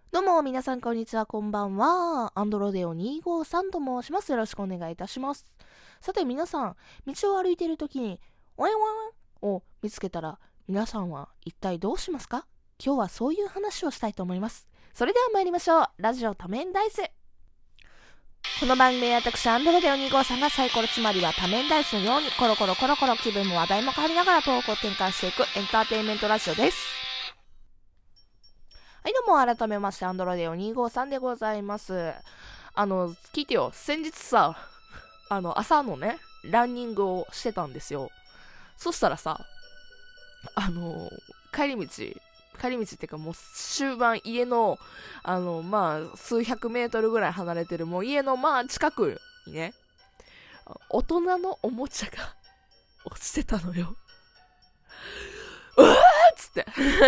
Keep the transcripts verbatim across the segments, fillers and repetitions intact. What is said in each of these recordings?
どうも皆さんこんにちは、こんばんは。アンドロデオにごさんと申します。よろしくお願いいたします。さて皆さん、道を歩いているときにワンワンを見つけたら皆さんは一体どうしますか？今日はそういう話をしたいと思います。それでは参りましょう。ラジオ多面ダイス。この番組は私アンドロデオにごさんがサイコロ、つまりは多面ダイスのようにコロコロコロコロ気分も話題も変わりながらトークを展開していくエンターテインメントラジオです。はい、どうも改めましてアンドロデオにごさんでございます。あの聞いてよ、先日さ、あの朝のねランニングをしてたんですよ。そしたらさ、あの帰り道帰り道っていうかもう終盤、家のあのまあ数百メートルぐらい離れてるもう家のまあ近くにね、大人のおもちゃが落ちてたのよ。うわーっつって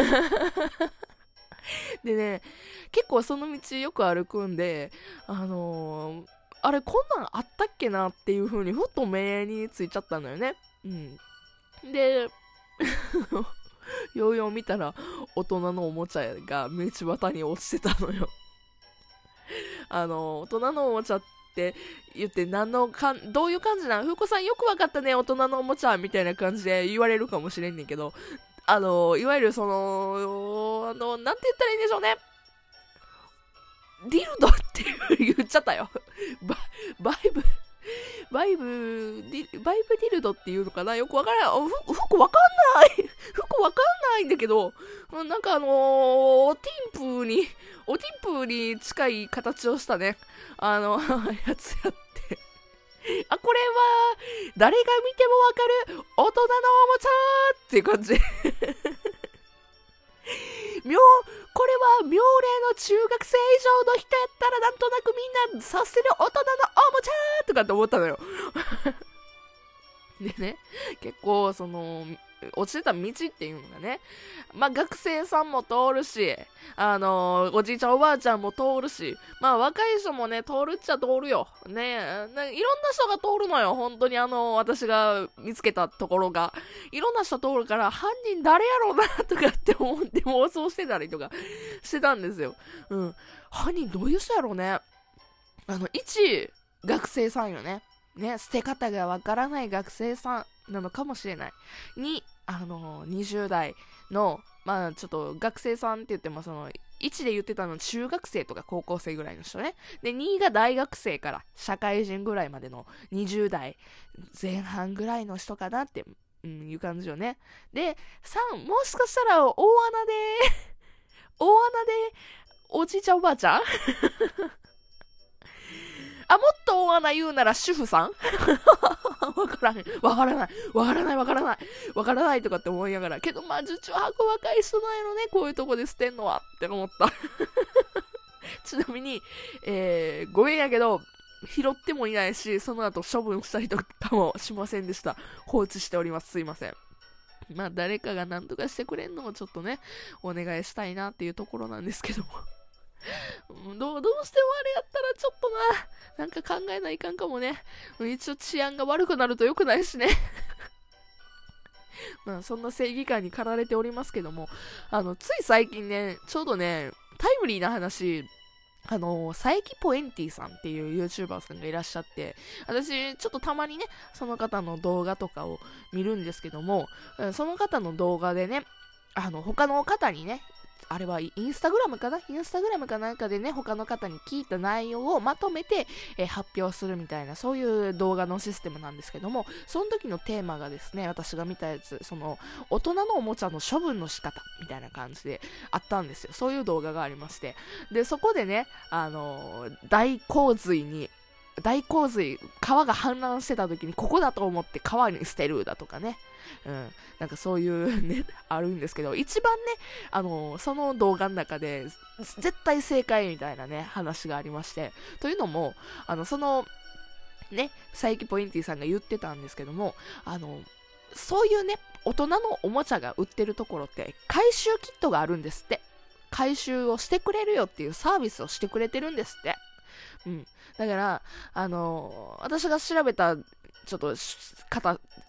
でね、結構その道よく歩くんで、あのー、あれこんなんあったっけなっていう風にふっと目についちゃったのよね。うん。で、ようよう見たら大人のおもちゃが道端に落ちてたのよ。あのー、大人のおもちゃって言って何のかんどういう感じなの？ふうこさんよくわかったね、大人のおもちゃみたいな感じで言われるかもしれんねんけど、あのいわゆるそのあのなんて言ったらいいんでしょうね、ディルドって言っちゃったよ。ババイブバイブディバイブディルドっていうのかな、よくわからない。ふ服わかんない服わかんないんだけど、なんかあのー、おティンプーにおティンプーに近い形をしたね、あのやつやって、あ、これは誰が見てもわかる大人のおもちゃっていう感じ。妙これは妙齢の中学生以上の人やったらなんとなくみんな察せる大人のおもちゃとかって思ったのよ。でね、結構その落ちてた道っていうのがね、まあ学生さんも通るし、あのー、おじいちゃんおばあちゃんも通るし、まあ若い人もね通るっちゃ通るよね。いろんな人が通るのよ、本当に。あのー、私が見つけたところがいろんな人通るから、犯人誰やろうなとかって思って妄想してたりとかしてたんですよ。うん、犯人どういう人やろうね。あの一学生さんよね。ね、捨て方がわからない学生さんなのかもしれない。に、あのにじゅう代の、まあちょっと学生さんって言っても、そのいちで言ってたの中学生とか高校生ぐらいの人ね。でにが大学生から社会人ぐらいまでのにじゅう代前半ぐらいの人かなって、うん、いう感じよね。でさん、もしかしたら大穴で大穴でおじいちゃんおばあちゃんあ、もっと大穴言うなら主婦さんわからないわからないわからないわからないわからないとかって思いながら、けどまあ受注箱若い人なんやろね、こういうとこで捨てんのはって思った。ちなみに、えー、ごめんやけど拾ってもいないし、その後処分したりとかもしませんでした。放置しております。すいません。まあ誰かが何とかしてくれんのもちょっとねお願いしたいなっていうところなんですけども。どう、どうしてもあれやったらちょっとな、なんか考えないかんかもね。一応治安が悪くなると良くないしね。まあそんな正義感に駆られておりますけども、あの、つい最近ね、ちょうどね、タイムリーな話、あの、佐伯ポエンティさんっていう YouTuber さんがいらっしゃって、私、ちょっとたまにね、その方の動画とかを見るんですけども、その方の動画でね、あの、他の方にね、あれはインスタグラムかなインスタグラムかなんかでね、他の方に聞いた内容をまとめて、えー、発表するみたいな、そういう動画のシステムなんですけども、その時のテーマがですね、私が見たやつ、その大人のおもちゃの処分の仕方みたいな感じであったんですよ。そういう動画がありまして、でそこでね、あのー、大洪水に大洪水、川が氾濫してた時にここだと思って川に捨てるだとかね、うん、なんかそういうねあるんですけど、一番ね、あのその動画の中で絶対正解みたいなね話がありまして、というのも、あのそのね佐伯ポインティさんが言ってたんですけども、あのそういうね大人のおもちゃが売ってるところって回収キットがあるんですって。回収をしてくれるよっていうサービスをしてくれてるんですって。うん、だから、あのー、私が調べたちょっと方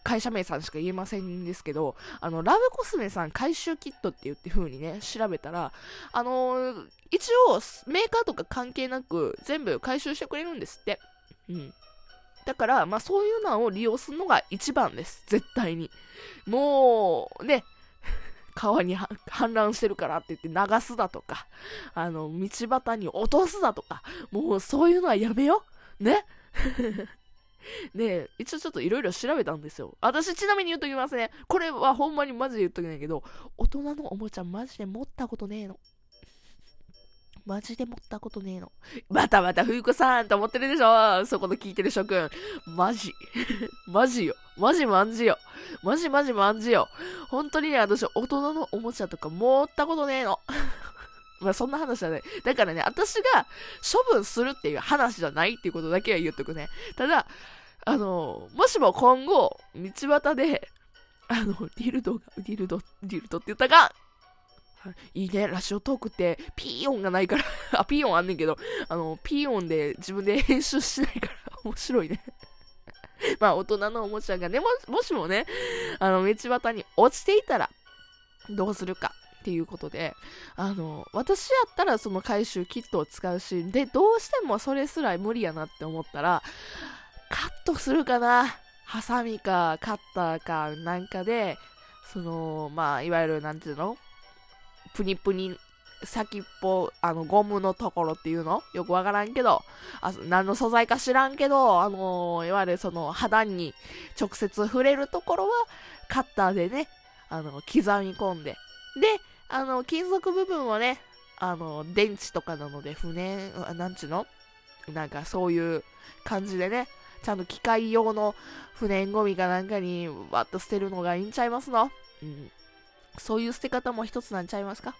会社名さんしか言えませんですけど、あの、ラブコスメさん回収キットって言って風にね、調べたら、あのー、一応、メーカーとか関係なく、全部回収してくれるんですって。うん。だから、まあそういうのを利用するのが一番です。絶対に。もう、ね、川に氾濫してるからって言って流すだとか、あの、道端に落とすだとか、もうそういうのはやめよう。ね。で、一応ちょっといろいろ調べたんですよ。私ちなみに言っときますね。これはほんまにマジで言っときないけど、大人のおもちゃマジで持ったことねえの。マジで持ったことねえの。またまた冬子さんと思ってるでしょ、そこの聞いてる諸君。マジ。マジよ。マジマンジよ。マジマジマンジよ。本当にね、私大人のおもちゃとか持ったことねえの。まあそんな話じゃない。だからね、私が処分するっていう話じゃないっていうことだけは言っとくね。ただ、あの、もしも今後、道端で、あの、ディルドが、ディルド、ディルドって言ったかいいね、ラジオトークってピー音がないからあ、ピー音あんねんけど、あの、ピー音で自分で編集しないから面白いねまあ、大人のおもちゃがね、も、もしもね、あの、道端に落ちていたら、どうするかっていうことで、あの、私やったらその回収キットを使うし、で、どうしてもそれすら無理やなって思ったら、カットするかな、ハサミか、カッターか、なんかで、その、まあ、いわゆる、なんていうのプニプニ、先っぽ、あの、ゴムのところっていうのよくわからんけど、あ、何の素材か知らんけど、あのー、いわゆるその肌に直接触れるところは、カッターでね、あの、刻み込んで。で、あの、金属部分はね、あの、電池とかなので、不燃、なんちゅうのなんかそういう感じでね、ちゃんと機械用の不燃ゴミかなんかにわっと捨てるのがいいんちゃいますの？うん。そういう捨て方も一つなんちゃいますか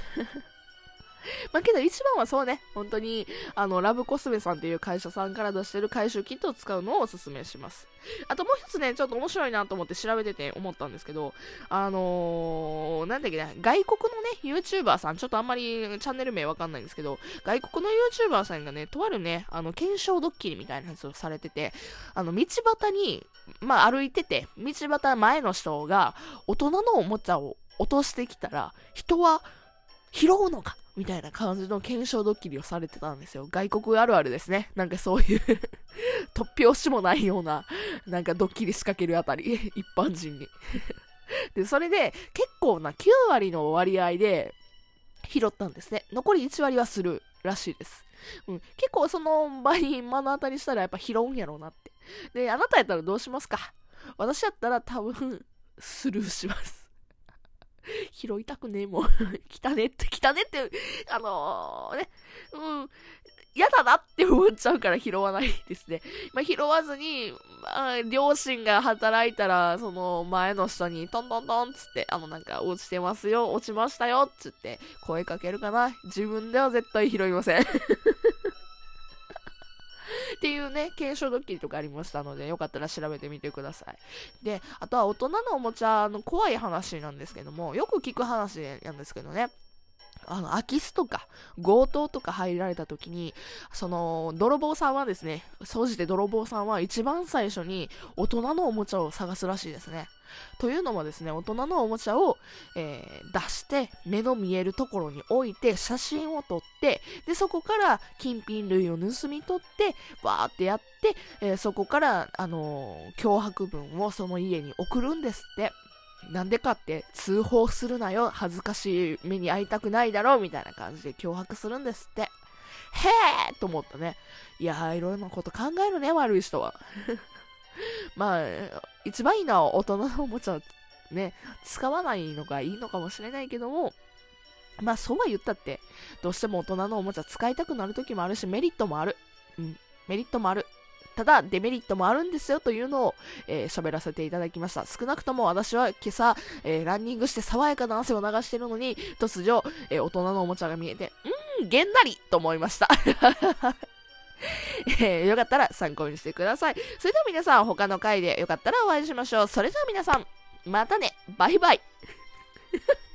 まあけど一番はそうね、本当にあのラブコスメさんっていう会社さんから出してる回収キットを使うのをおすすめします。あともう一つね、ちょっと面白いなと思って調べてて思ったんですけど、あのー、なんだっけね、外国のね、YouTuber さん、ちょっとあんまりチャンネル名わかんないんですけど、外国の YouTuber さんがね、とあるね、あの、検証ドッキリみたいなやつをされてて、あの、道端に、まあ歩いてて、道端前の人が大人のおもちゃを落としてきたら、人は拾うのかみたいな感じの検証ドッキリをされてたんですよ。外国あるあるですね。なんかそういう突拍子もないような、なんかドッキリ仕掛けるあたり、一般人に。で、それで結構なきゅうわりの割合で拾ったんですね。残りいちわりはするらしいです。うん、結構その場に目の当たりしたらやっぱ拾うんやろうなって。で、あなたやったらどうしますか？私やったら多分スルーします。拾いたくねえもん。汚ねって、汚ねって、あのー、ね、うん、嫌だなって思っちゃうから拾わないですね。まあ、拾わずに、まあ、両親が働いたら、その前の人にトントントンつって、あのなんか落ちてますよ、落ちましたよ、つって声かけるかな。自分では絶対拾いません。っていうね、検証ドッキリとかありましたので、よかったら調べてみてください。で、あとは大人のおもちゃの怖い話なんですけども、よく聞く話なんですけどね、あの、空き巣とか、強盗とか入られた時に、その、泥棒さんはですね、総じて泥棒さんは一番最初に大人のおもちゃを探すらしいですね。というのもですね、大人のおもちゃを、えー、出して、目の見えるところに置いて、写真を撮って、で、そこから金品類を盗み取って、バーってやって、えー、そこから、あのー、脅迫文をその家に送るんですって。なんでかって通報するなよ、恥ずかしい目に遭いたくないだろうみたいな感じで脅迫するんですって。へーと思ったね。いやー、いろいろなこと考えるね、悪い人は。まあ一番いいのは大人のおもちゃをね使わないのがいいのかもしれないけども、まあそうは言ったってどうしても大人のおもちゃ使いたくなる時もあるし、メリットもある、うん、メリットもある。ただデメリットもあるんですよというのを喋、えー、らせていただきました。少なくとも私は今朝、えー、ランニングして爽やかな汗を流しているのに突如、えー、大人のおもちゃが見えてうーんげんなりと思いました。えー、よかったら参考にしてください。それでは皆さん他の回でよかったらお会いしましょう。それでは皆さんまたね、バイバイ。